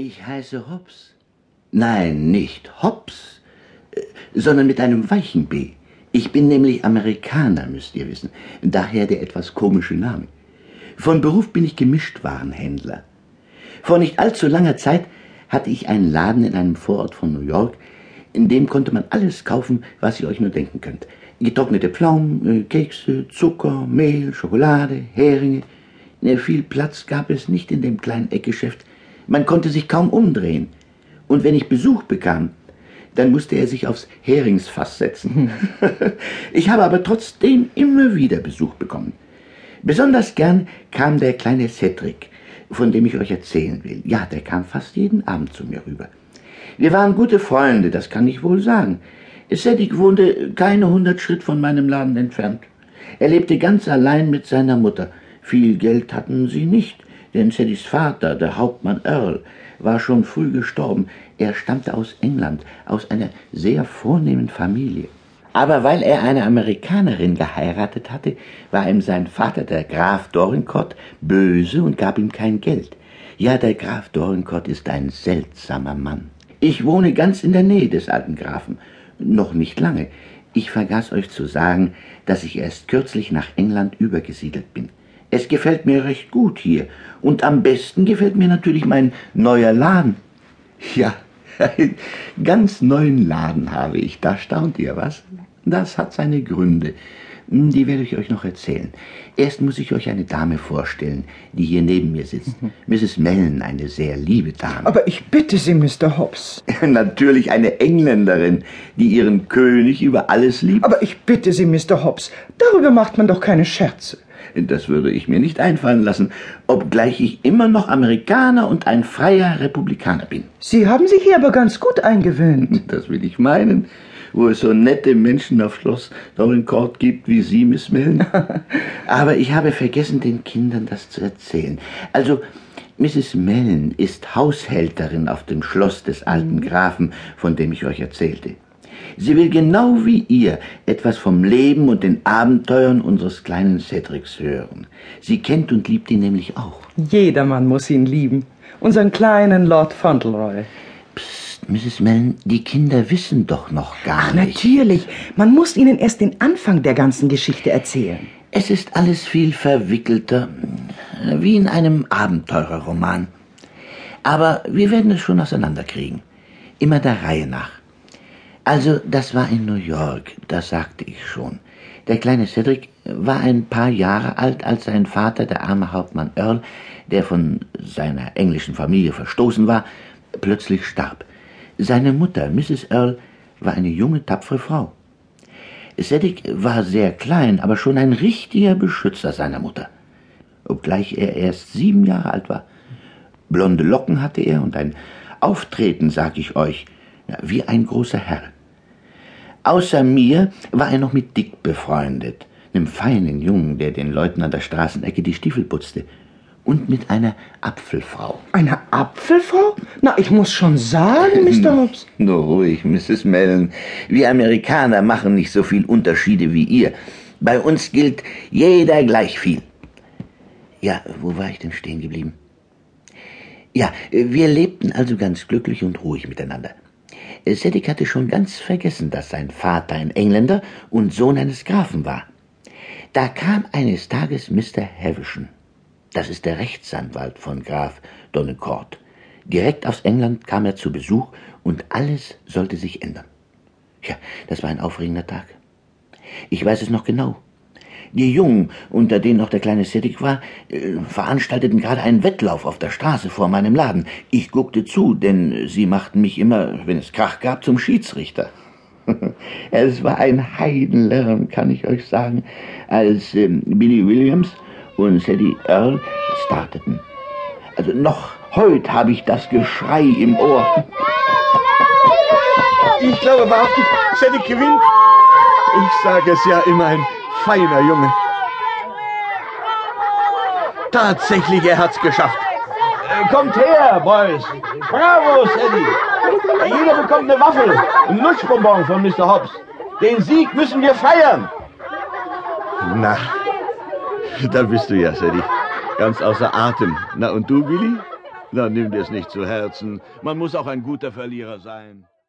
Ich heiße Hobbs. Nein, nicht Hobbs, sondern mit einem weichen B. Ich bin nämlich Amerikaner, müsst ihr wissen. Daher der etwas komische Name. Von Beruf bin ich Gemischtwarenhändler. Vor nicht allzu langer Zeit hatte ich einen Laden in einem Vorort von New York. In dem konnte man alles kaufen, was ihr euch nur denken könnt. Getrocknete Pflaumen, Kekse, Zucker, Mehl, Schokolade, Heringe. Viel Platz gab es nicht in dem kleinen Eckgeschäft. Man konnte sich kaum umdrehen. Und wenn ich Besuch bekam, dann musste er sich aufs Heringsfass setzen. Ich habe aber trotzdem immer wieder Besuch bekommen. Besonders gern kam der kleine Cedric, von dem ich euch erzählen will. Ja, der kam fast jeden Abend zu mir rüber. Wir waren gute Freunde, das kann ich wohl sagen. Cedric wohnte keine 100 Schritt von meinem Laden entfernt. Er lebte ganz allein mit seiner Mutter. Viel Geld hatten sie nicht, denn Cedrics Vater, der Hauptmann Earl, war schon früh gestorben. Er stammte aus England, aus einer sehr vornehmen Familie. Aber weil er eine Amerikanerin geheiratet hatte, war ihm sein Vater, der Graf Dorincourt, böse und gab ihm kein Geld. Ja, der Graf Dorincourt ist ein seltsamer Mann. Ich wohne ganz in der Nähe des alten Grafen. Noch nicht lange. Ich vergaß euch zu sagen, dass ich erst kürzlich nach England übergesiedelt bin. Es gefällt mir recht gut hier. Und am besten gefällt mir natürlich mein neuer Laden. Ja, einen ganz neuen Laden habe ich. Da staunt ihr, was? Das hat seine Gründe. Die werde ich euch noch erzählen. Erst muss ich euch eine Dame vorstellen, die hier neben mir sitzt. Mrs. Mellon, eine sehr liebe Dame. Aber ich bitte Sie, Mr. Hobbs. Natürlich eine Engländerin, die ihren König über alles liebt. Aber ich bitte Sie, Mr. Hobbs, darüber macht man doch keine Scherze. Das würde ich mir nicht einfallen lassen, obgleich ich immer noch Amerikaner und ein freier Republikaner bin. Sie haben sich hier aber ganz gut eingewöhnt. Das will ich meinen, wo es so nette Menschen auf Schloss Dorincourt gibt wie Sie, Miss Mellon. Aber ich habe vergessen, den Kindern das zu erzählen. Also, Mrs. Mellon ist Haushälterin auf dem Schloss des alten Grafen, von dem ich euch erzählte. Sie will genau wie ihr etwas vom Leben und den Abenteuern unseres kleinen Cedrics hören. Sie kennt und liebt ihn nämlich auch. Jedermann muss ihn lieben. Unseren kleinen Lord Fauntleroy. Psst, Mrs. Mellon, die Kinder wissen doch noch gar nicht. Natürlich. Man muss ihnen erst den Anfang der ganzen Geschichte erzählen. Es ist alles viel verwickelter, wie in einem Abenteurerroman. Aber wir werden es schon auseinanderkriegen. Immer der Reihe nach. Also, das war in New York, das sagte ich schon. Der kleine Cedric war ein paar Jahre alt, als sein Vater, der arme Hauptmann Earl, der von seiner englischen Familie verstoßen war, plötzlich starb. Seine Mutter, Mrs. Earl, war eine junge, tapfere Frau. Cedric war sehr klein, aber schon ein richtiger Beschützer seiner Mutter, obgleich er erst 7 Jahre alt war. Blonde Locken hatte er und ein Auftreten, sag ich euch, wie ein großer Herr. Außer mir war er noch mit Dick befreundet, einem feinen Jungen, der den Leuten an der Straßenecke die Stiefel putzte, und mit einer Apfelfrau. Eine Apfelfrau? Na, ich muss schon sagen, Mr. Hobbs. Nur ruhig, Mrs. Mellon. Wir Amerikaner machen nicht so viel Unterschiede wie ihr. Bei uns gilt jeder gleich viel. Ja, wo war ich denn stehen geblieben? Ja, wir lebten also ganz glücklich und ruhig miteinander. Cedric hatte schon ganz vergessen, dass sein Vater ein Engländer und Sohn eines Grafen war. Da kam eines Tages Mr. Havisham. Das ist der Rechtsanwalt von Graf Dorincourt. Direkt aus England kam er zu Besuch und alles sollte sich ändern. Ja, das war ein aufregender Tag. Ich weiß es noch genau. Die Jungen, unter denen auch der kleine Cedric war, veranstalteten gerade einen Wettlauf auf der Straße vor meinem Laden. Ich guckte zu, denn sie machten mich immer, wenn es Krach gab, zum Schiedsrichter. Es war ein Heidenlärm, kann ich euch sagen, als Billy Williams und Sadie Earl starteten. Also noch heute habe ich das Geschrei im Ohr. Ich glaube wahrhaftig, Cedric gewinnt. Ich sage es ja immer, ein feiner Junge. Tatsächlich, er hat's geschafft. Kommt her, Boys. Bravo, Sadie. Jeder bekommt eine Waffel, ein Lutschbonbon von Mr. Hobbs. Den Sieg müssen wir feiern. Na, da bist du ja, Sadie. Ganz außer Atem. Na, und du, Billy? Dann nimm dir's nicht zu Herzen. Man muss auch ein guter Verlierer sein.